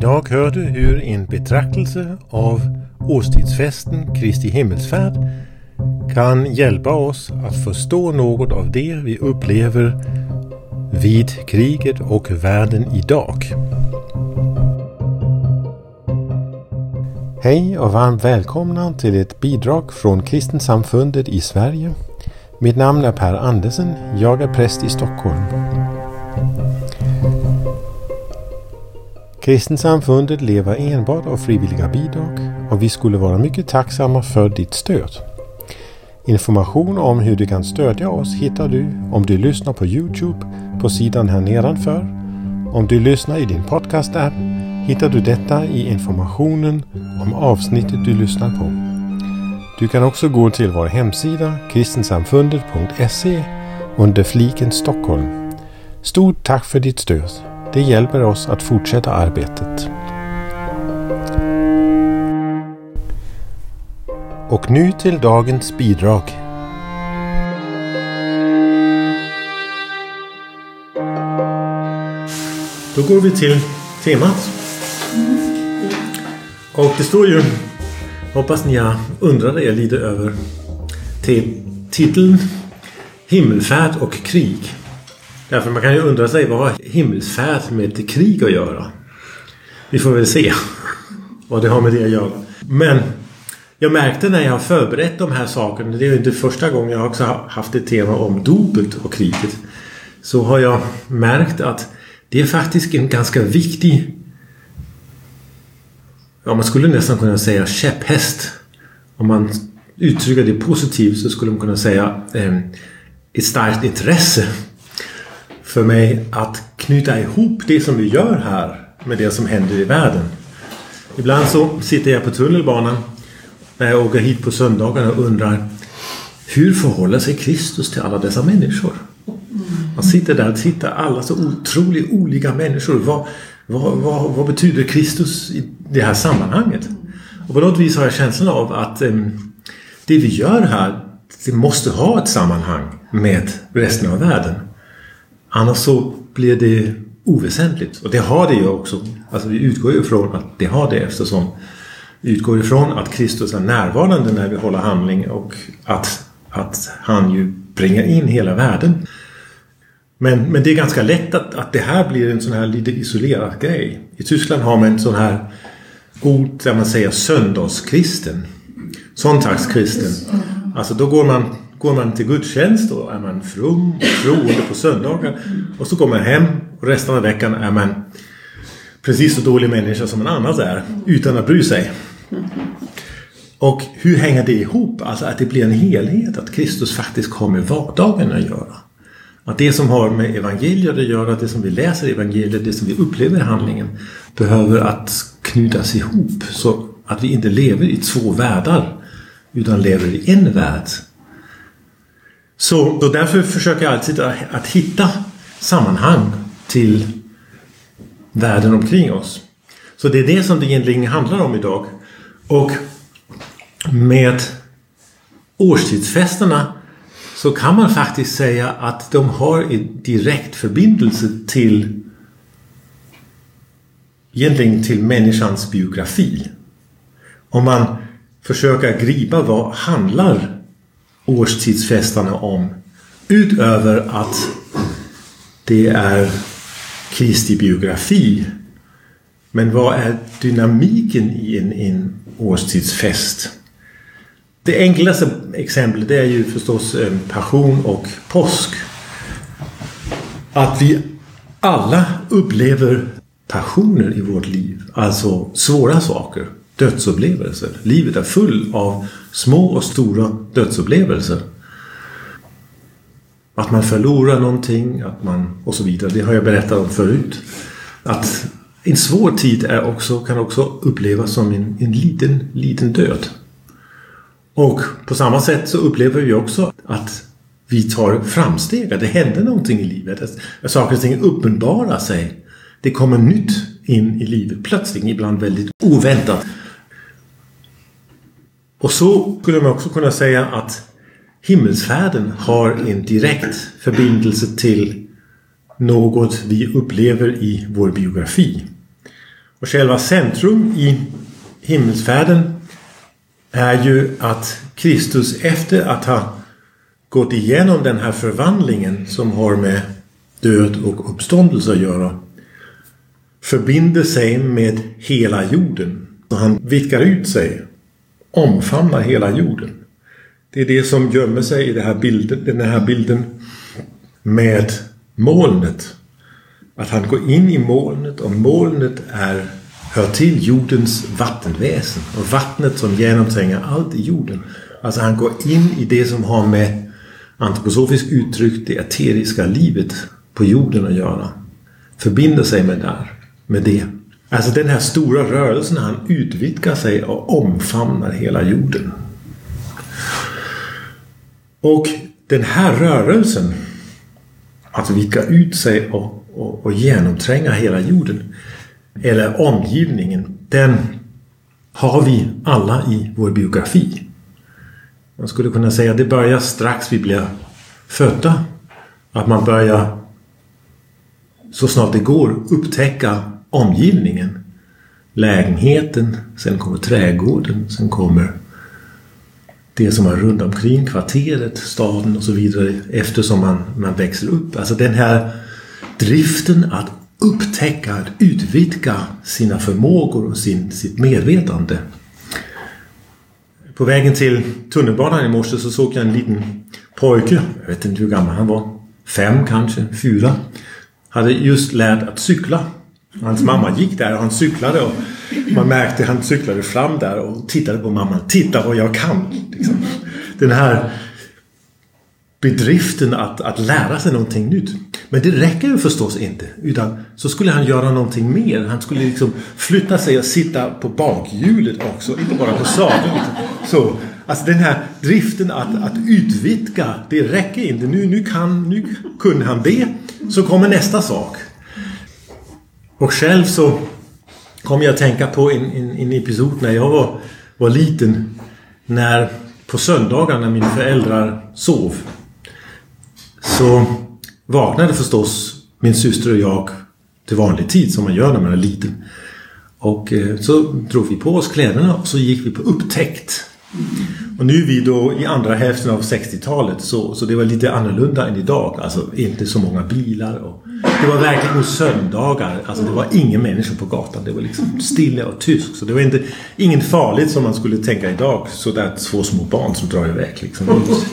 Idag hör du hur en betraktelse av årstidsfesten Kristi himmelsfärd kan hjälpa oss att förstå något av det vi upplever vid kriget och världen idag. Hej och varmt välkomna till ett bidrag från Kristensamfundet i Sverige. Mitt namn är Per Andersen, jag är präst i Stockholm. Kristensamfundet lever enbart av frivilliga bidrag och vi skulle vara mycket tacksamma för ditt stöd. Information om hur du kan stödja oss hittar du om du lyssnar på YouTube på sidan här nedanför. Om du lyssnar i din podcast-app hittar du detta i informationen om avsnittet du lyssnar på. Du kan också gå till vår hemsida kristensamfundet.se under fliken Stockholm. Stort tack för ditt stöd. Det hjälper oss att fortsätta arbetet. Och nu till dagens bidrag. Då går vi till temat. Och det står ju, hoppas ni undrade er lite över titeln Himmelfärd och krig. Därför man kan ju undra sig, vad har himmelsfärd med krig att göra? Vi får väl se vad det har med det att göra. Men jag märkte när jag har förberett de här sakerna, det är ju inte första gången jag också haft ett tema om dopet och kriget, så har jag märkt att det är faktiskt en ganska viktig, ja, man skulle nästan kunna säga käpphäst. Om man uttrycker det positivt så skulle man kunna säga ett starkt intresse för mig att knyta ihop det som vi gör här med det som händer i världen. Ibland så sitter jag på tunnelbanan när jag åker hit på söndagarna och undrar, hur förhåller sig Kristus till alla dessa människor? Man sitter där och tittar, alla så otroligt olika människor. Vad betyder Kristus i det här sammanhanget? Och på något vis har jag känslan av att det vi gör här, det måste ha ett sammanhang med resten av världen. Annars så blir det oväsentligt. Och det har det ju också. Alltså vi utgår ifrån att det har det, eftersom vi utgår ifrån att Kristus är närvarande när vi håller handling och att han ju bringar in hela världen. Men det är ganska lätt att det här blir en sån här lite isolerad grej. I Tyskland har man en sån här ord där man säger söndagskristen. Sonntagskristen. Alltså då går man till gudstjänst och är man from och troende på söndagar. Och så går man hem och resten av veckan är man precis så dålig människa som man annars är. Utan att bry sig. Och hur hänger det ihop? Alltså att det blir en helhet. Att Kristus faktiskt kommer vardagen att göra. Att det som har med evangeliet att göra, det som vi läser i evangeliet, det som vi upplever i handlingen, behöver att knytas ihop så att vi inte lever i två världar utan lever i en värld. Så därför försöker jag alltid att hitta sammanhang till världen omkring oss. Så det är det som det egentligen handlar om idag. Och med årstidsfesterna så kan man faktiskt säga att de har en direkt förbindelse egentligen till människans biografi. Om man försöker gripa vad handlar årstidsfesterna om, utöver att det är Kristi biografi. Men vad är dynamiken i en årstidsfest? Det enklaste exemplet det är ju förstås passion och påsk. Att vi alla upplever passioner i vårt liv. Alltså svåra saker, dödsupplevelser. Livet är full av små och stora dödsupplevelser. Att man förlorar någonting, och så vidare. Det har jag berättat om förut. Att en svår tid kan också upplevas som en liten död. Och på samma sätt så upplever vi också att vi tar framsteg, att det händer någonting i livet. Att saker och ting uppenbarar sig. Det kommer nytt in i livet plötsligt, ibland väldigt oväntat. Och så skulle man också kunna säga att himmelsfärden har en direkt förbindelse till något vi upplever i vår biografi. Och själva centrum i himmelsfärden är ju att Kristus efter att ha gått igenom den här förvandlingen som har med död och uppståndelse att göra, förbinder sig med hela jorden. Och han vitkar ut sig, omfamnar hela jorden. Det är det som gömmer sig i den här bilden med molnet. Att han går in i molnet, och molnet hör till jordens vattenväsen. Och vattnet som genomtränger allt i jorden. Alltså han går in i det som har med antroposofiskt uttryck det eteriska livet på jorden att göra. Förbinder sig med det. Alltså den här stora rörelsen, han utvidgar sig och omfamnar hela jorden. Och den här rörelsen, att vidga ut sig och genomtränga hela jorden, eller omgivningen, den har vi alla i vår biografi. Man skulle kunna säga att det börjar strax vi blir födda. Att man börjar så snart det går upptäcka omgivningen. Lägenheten, sen kommer trädgården, sen kommer det som är runt omkring, kvarteret, staden och så vidare, eftersom man växer upp. Alltså den här driften att upptäcka, att utvidga sina förmågor och sitt medvetande. På vägen till tunnelbanan i morse så såg jag en liten pojke, jag vet inte hur gammal han var, 5 kanske, 4, hade just lärt att cykla. Hans mamma gick där och han cyklade, och man märkte att han cyklade fram där och tittade på mamman. Titta vad jag kan. Liksom. Den här bedriften att lära sig någonting nytt. Men det räcker ju förstås inte. Utan så skulle han göra någonting mer. Han skulle liksom flytta sig och sitta på bakhjulet också. Inte bara på sadeln. Så, alltså den här driften att utvidga, det räcker inte. Nu kunde han det. Så kommer nästa sak. Och själv så kom jag att tänka på en episod när jag var liten. När på söndagar när mina föräldrar sov, så vaknade förstås min syster och jag till vanlig tid som man gör när man är liten. Och så drog vi på oss kläderna och så gick vi på upptäckt. Och nu är vi då i andra hälften av 60-talet, så det var lite annorlunda än idag. Alltså inte så många bilar. Och det var verkligen söndagar. Alltså det var ingen människa på gatan. Det var liksom stilla och tyst. Så det var ingen farligt som man skulle tänka idag. Så där 2 små barn som drar iväg. Liksom.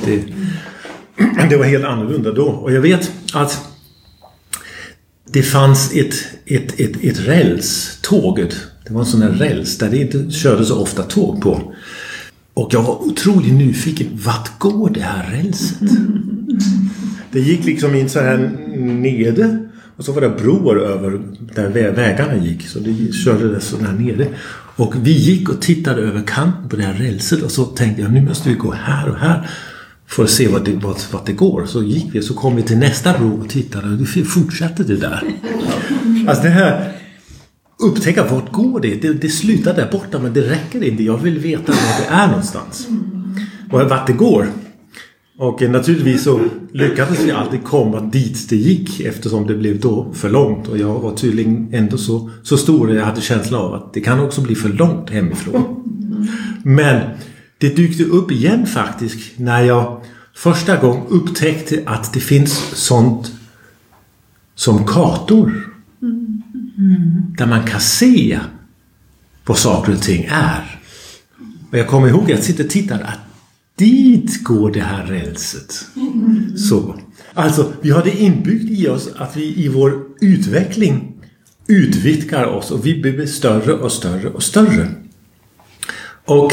Det var helt annorlunda då. Och jag vet att det fanns ett rälståget. Det var en sån här räls där det inte körde så ofta tåg på. Och jag var otroligt nyfiken. Vart går det här rälset? Det gick liksom in så här nere. Och så var det broar över där vägarna gick. Så det körde det så där nere. Och vi gick och tittade över kanten på det här rälset. Och så tänkte jag, nu måste vi gå här och här. För att se vart det går. Så gick vi, så kom vi till nästa bro och tittade. Och då fortsatte det där. Alltså det här... Upptäcka vart går det slutar där borta, men det räcker inte. Jag vill veta var det är någonstans. Och vart det går. Och naturligtvis så lyckades vi alltid komma dit det gick, eftersom det blev då för långt. Och jag var tydligen ändå så stor, och jag hade känsla av att det kan också bli för långt hemifrån. Men det dykte upp igen faktiskt när jag första gången upptäckte att det finns sånt som kartor. Där man kan se vad saker och ting är. Och jag kommer ihåg att jag sitter och tittar att dit går det här rälset. Så. Alltså, vi har det inbyggt i oss att vi i vår utveckling utvidgar oss och vi blir större och större och större. Och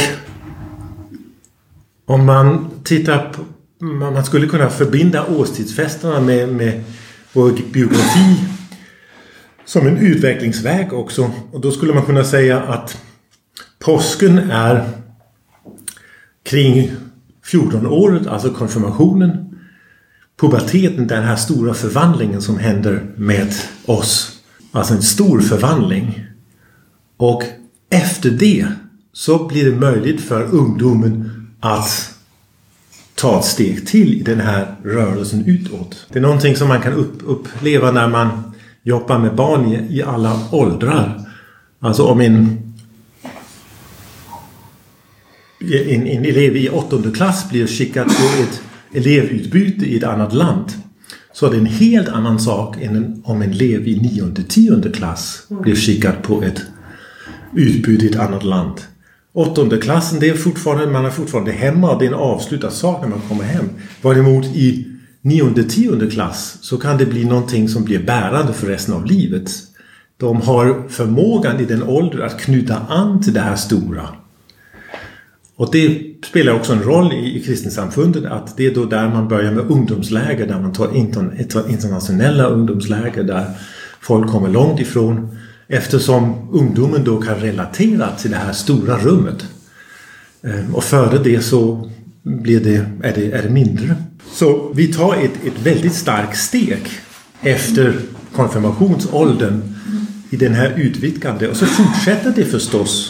om man tittar på, man skulle kunna förbinda årstidsfesterna med vår biografi som en utvecklingsväg också. Och då skulle man kunna säga att påsken är kring 14-året, alltså konfirmationen. Puberteten, den här stora förvandlingen som händer med oss. Alltså en stor förvandling. Och efter det så blir det möjligt för ungdomen att ta ett steg till i den här rörelsen utåt. Det är någonting som man kan uppleva när man jobbar med barn i alla åldrar. Alltså om en elev i 8:e klass blir skickad på ett elevutbyte i ett annat land, så är det en helt annan sak än om en elev i 9:e, 10:e klass blir skickad på ett utbyte i ett annat land. 8:e klassen, det är fortfarande, man är fortfarande hemma och det är en avslutad sak när man kommer hem. Varemot i 9:e, 10:e klass så kan det bli någonting som blir bärande för resten av livet. De har förmågan i den åldern att knyta an till det här stora. Och det spelar också en roll i kristensamfundet, att det är då där man börjar med ungdomsläger, där man tar internationella ungdomsläger där folk kommer långt ifrån, eftersom ungdomen då kan relatera till det här stora rummet. Och före det så är det mindre. Så vi tar ett väldigt starkt steg efter konfirmationsåldern i den här utvidgande, och så fortsätter det förstås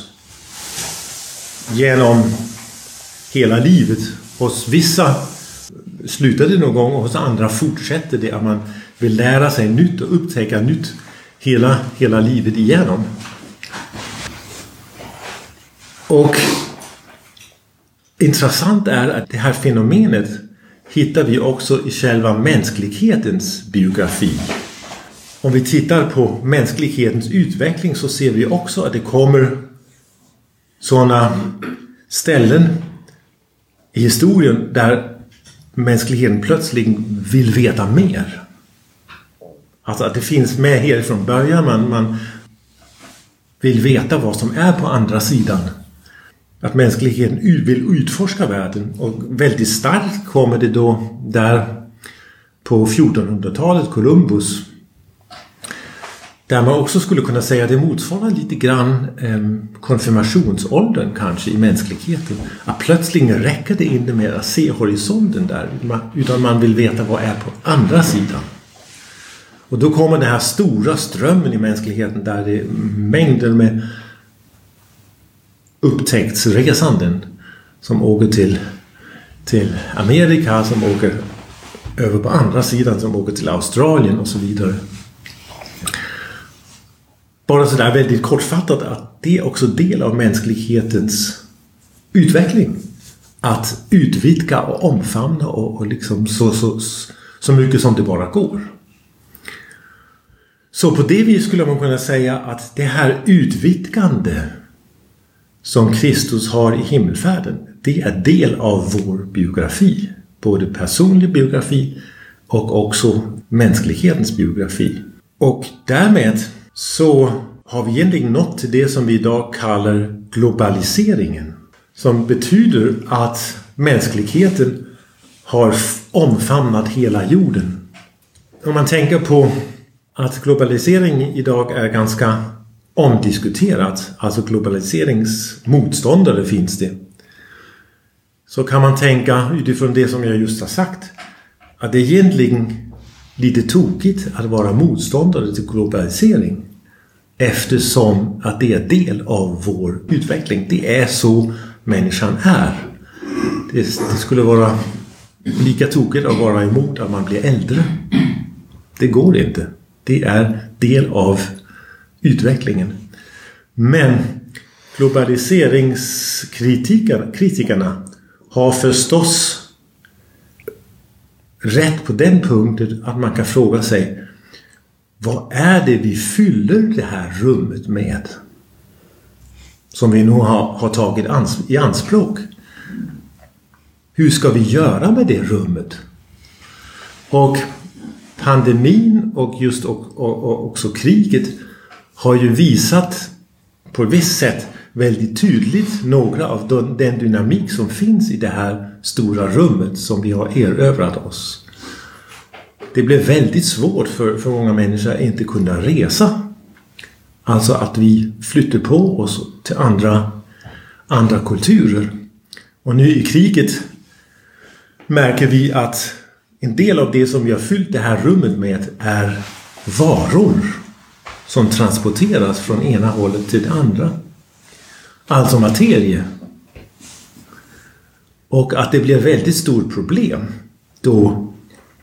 genom hela livet. Hos vissa slutar det någon gång och hos andra fortsätter det, att man vill lära sig nytt och upptäcka nytt hela livet igenom. Och intressant är att det här fenomenet hittar vi också i själva mänsklighetens biografi. Om vi tittar på mänsklighetens utveckling så ser vi också att det kommer sådana ställen i historien där mänskligheten plötsligt vill veta mer. Alltså att det finns med här från början. Man vill veta vad som är på andra sidan. Att mänskligheten vill utforska världen. Och väldigt starkt kommer det då där på 1400-talet, Columbus. Där man också skulle kunna säga att det motsvarar lite grann konfirmationsåldern kanske i mänskligheten. Att plötsligt räcker det inte med att se horisonten där, utan man vill veta vad är på andra sidan. Och då kommer den här stora strömmen i mänskligheten där det är mängder med upptäcktsresanden som åker till Amerika, som åker över på andra sidan, som åker till Australien och så vidare. Bara så där väldigt kortfattat att det är också del av mänsklighetens utveckling. Att utvidga och omfamna och liksom så mycket som det bara går. Så på det vis skulle man kunna säga att det här utvidgande som Kristus har i himmelfärden, det är del av vår biografi. Både personlig biografi och också mänsklighetens biografi. Och därmed så har vi egentligen nått till det som vi idag kallar globaliseringen. Som betyder att mänskligheten har omfamnat hela jorden. Om man tänker på att globalisering idag är ganska omdiskuterat, alltså globaliseringsmotståndare finns det, så kan man tänka utifrån det som jag just har sagt att det är egentligen lite tokigt att vara motståndare till globalisering, eftersom att det är del av vår utveckling. Det är så människan är. Det skulle vara lika tokigt att vara emot att man blir äldre. Det går inte. Det är del av utvecklingen. Men globaliseringskritikerna har förstås rätt på den punkten att man kan fråga sig, vad är det vi fyller det här rummet med som vi nu har tagit i anspråk? Hur ska vi göra med det rummet? Och pandemin och just också kriget har ju visat på ett visst sätt väldigt tydligt några av den dynamik som finns i det här stora rummet som vi har erövrat oss. Det blev väldigt svårt för många människor att inte kunna resa. Alltså att vi flyttar på oss till andra kulturer. Och nu i kriget märker vi att en del av det som vi har fyllt det här rummet med är varor som transporteras från ena hållet till det andra. Alltså materie. Och att det blir väldigt stort problem då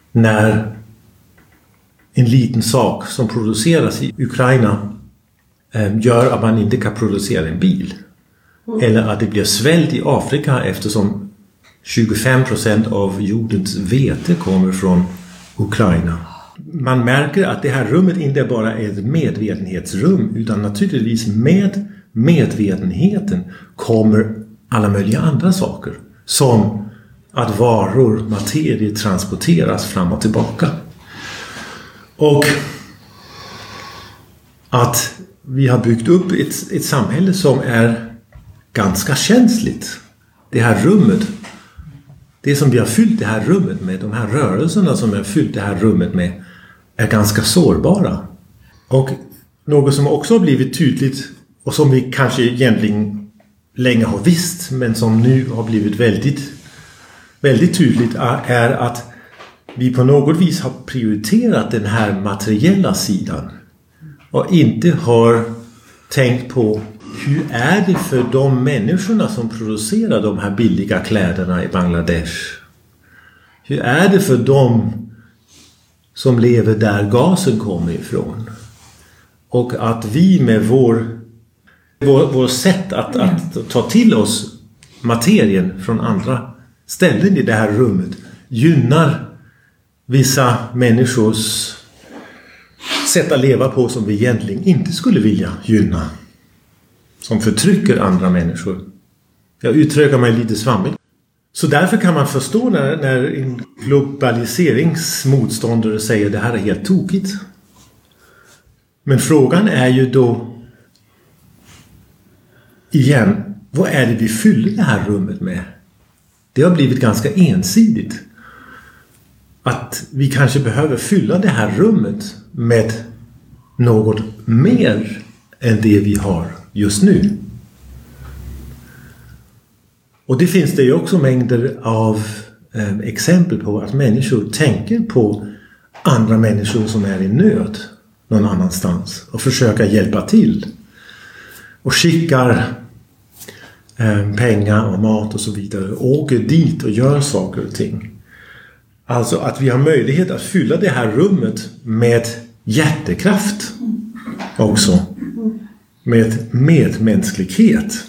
när en liten sak som produceras i Ukraina gör att man inte kan producera en bil. Eller att det blir svält i Afrika eftersom 25% av jordens vete kommer från Ukraina. Man märker att det här rummet inte bara är ett medvetenhetsrum, utan naturligtvis med medvetenheten kommer alla möjliga andra saker. Som att varor, materie transporteras fram och tillbaka. Och att vi har byggt upp ett samhälle som är ganska känsligt. Det här rummet, det som vi har fyllt det här rummet med, de här rörelserna som vi har fyllt det här rummet med, är ganska sårbara. Och något som också har blivit tydligt och som vi kanske egentligen länge har visst, men som nu har blivit väldigt tydligt, är att vi på något vis har prioriterat den här materiella sidan och inte har tänkt på hur är det för de människorna som producerar de här billiga kläderna i Bangladesh. Hur är det för dem som lever där gasen kommer ifrån. Och att vi med vår sätt att ta till oss materien från andra ställen i det här rummet gynnar vissa människors sätt att leva på som vi egentligen inte skulle vilja gynna. Som förtrycker andra människor. Jag uttrycker mig lite svammigt. Så därför kan man förstå när en globaliseringsmotståndare säger att det här är helt tokigt. Men frågan är ju då igen, vad är det vi fyller det här rummet med? Det har blivit ganska ensidigt. Att vi kanske behöver fylla det här rummet med något mer än det vi har just nu. Och det finns det ju också mängder av exempel på att människor tänker på andra människor som är i nöd någon annanstans och försöker hjälpa till. Och skickar pengar och mat och så vidare. Åker dit och gör saker och ting. Alltså att vi har möjlighet att fylla det här rummet med hjärtekraft också. Med medmänsklighet.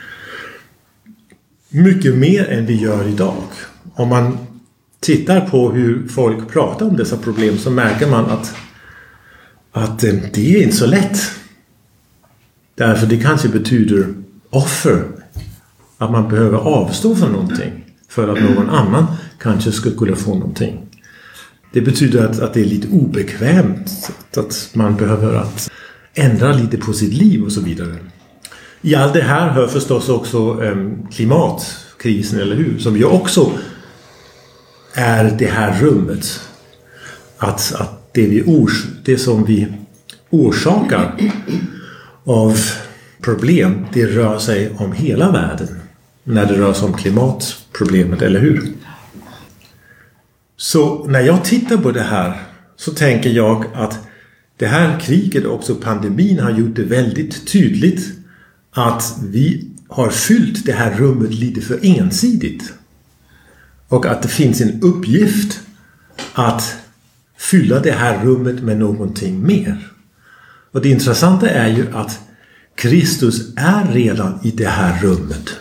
Mycket mer än vi gör idag. Om man tittar på hur folk pratar om dessa problem så märker man att det är inte så lätt. Därför det kanske betyder offer. Att man behöver avstå från någonting. För att någon annan kanske skulle få någonting. Det betyder att det är lite obekvämt. Att man behöver att ändra lite på sitt liv och så vidare. I allt det här hör förstås också klimatkrisen, eller hur? Som ju också är det här rummet. Att det som vi orsakar av problem, det rör sig om hela världen. När det rör sig om klimatproblemet, eller hur? Så när jag tittar på det här så tänker jag att det här kriget och också pandemin har gjort det väldigt tydligt att vi har fyllt det här rummet lite för ensidigt. Och att det finns en uppgift att fylla det här rummet med någonting mer. Och det intressanta är ju att Kristus är redan i det här rummet.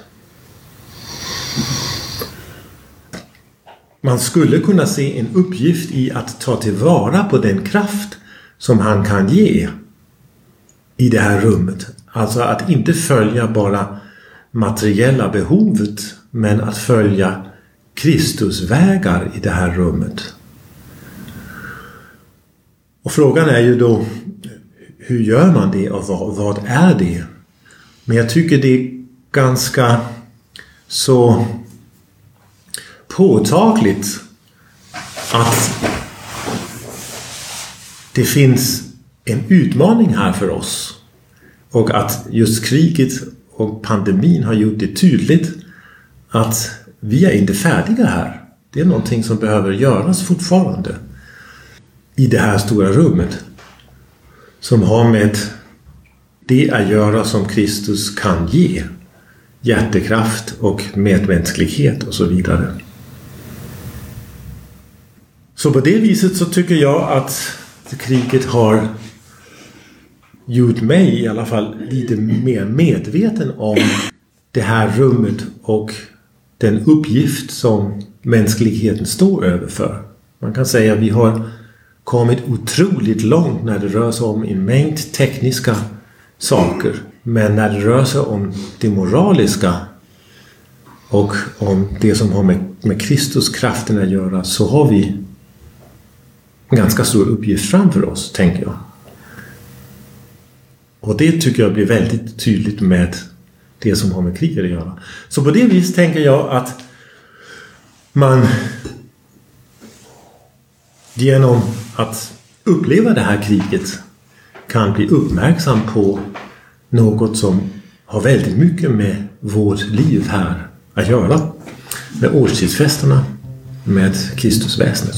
Man skulle kunna se en uppgift i att ta tillvara på den kraft som han kan ge i det här rummet. Alltså att inte följa bara materiella behovet, men att följa Kristus vägar i det här rummet. Och frågan är ju då, hur gör man det och vad är det? Men jag tycker det är ganska så påtagligt att det finns en utmaning här för oss. Och att just kriget och pandemin har gjort det tydligt att vi är inte färdiga här. Det är någonting som behöver göras fortfarande i det här stora rummet. Som har med det att göra som Kristus kan ge. Hjärtekraft och medmänsklighet och så vidare. Så på det viset så tycker jag att kriget har gjort mig i alla fall lite mer medveten om det här rummet och den uppgift som mänskligheten står överför. Man kan säga att vi har kommit otroligt långt när det rör sig om en mängd tekniska saker. Men när det rör sig om det moraliska och om det som har med Kristuskraften att göra, så har vi en ganska stor uppgift framför oss, tänker jag. Och det tycker jag blir väldigt tydligt med det som har med kriget att göra. Så på det vis tänker jag att man genom att uppleva det här kriget kan bli uppmärksam på något som har väldigt mycket med vårt liv här att göra. Med årstidsfesterna, med Kristusväsendet.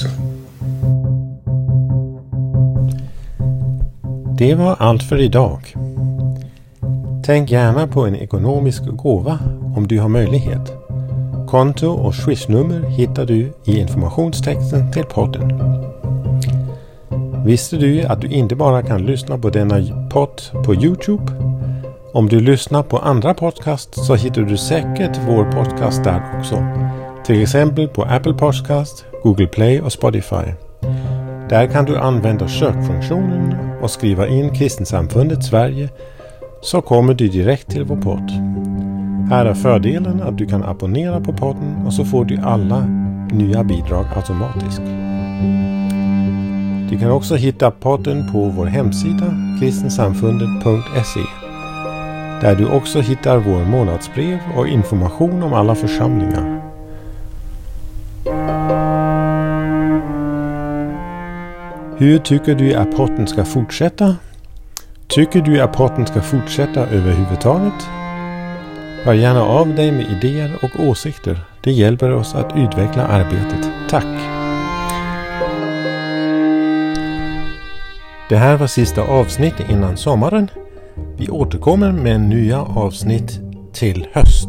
Det var allt för idag. Tänk gärna på en ekonomisk gåva om du har möjlighet. Konto och swishnummer hittar du i informationstexten till podden. Visste du att du inte bara kan lyssna på denna podd på YouTube? Om du lyssnar på andra podcast så hittar du säkert vår podcast där också. Till exempel på Apple Podcast, Google Play och Spotify. Där kan du använda sökfunktionen och skriva in Kristensamfundet Sverige, så kommer du direkt till vår podd. Här är fördelen att du kan abonnera på podden och så får du alla nya bidrag automatiskt. Du kan också hitta podden på vår hemsida kristensamfundet.se, där du också hittar vår månadsbrev och information om alla församlingar. Hur tycker du att podden ska fortsätta? Tycker du att podden ska fortsätta överhuvudtaget? Hör gärna av dig med idéer och åsikter. Det hjälper oss att utveckla arbetet. Tack! Det här var sista avsnittet innan sommaren. Vi återkommer med nya avsnitt till höst.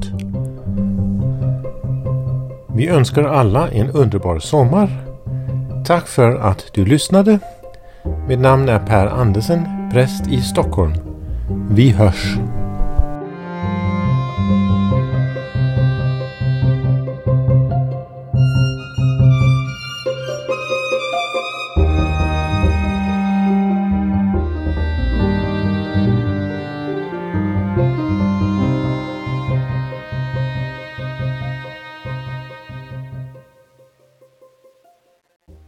Vi önskar alla en underbar sommar. Tack för att du lyssnade. Mitt namn är Per Andersen, präst i Stockholm. Vi hörs!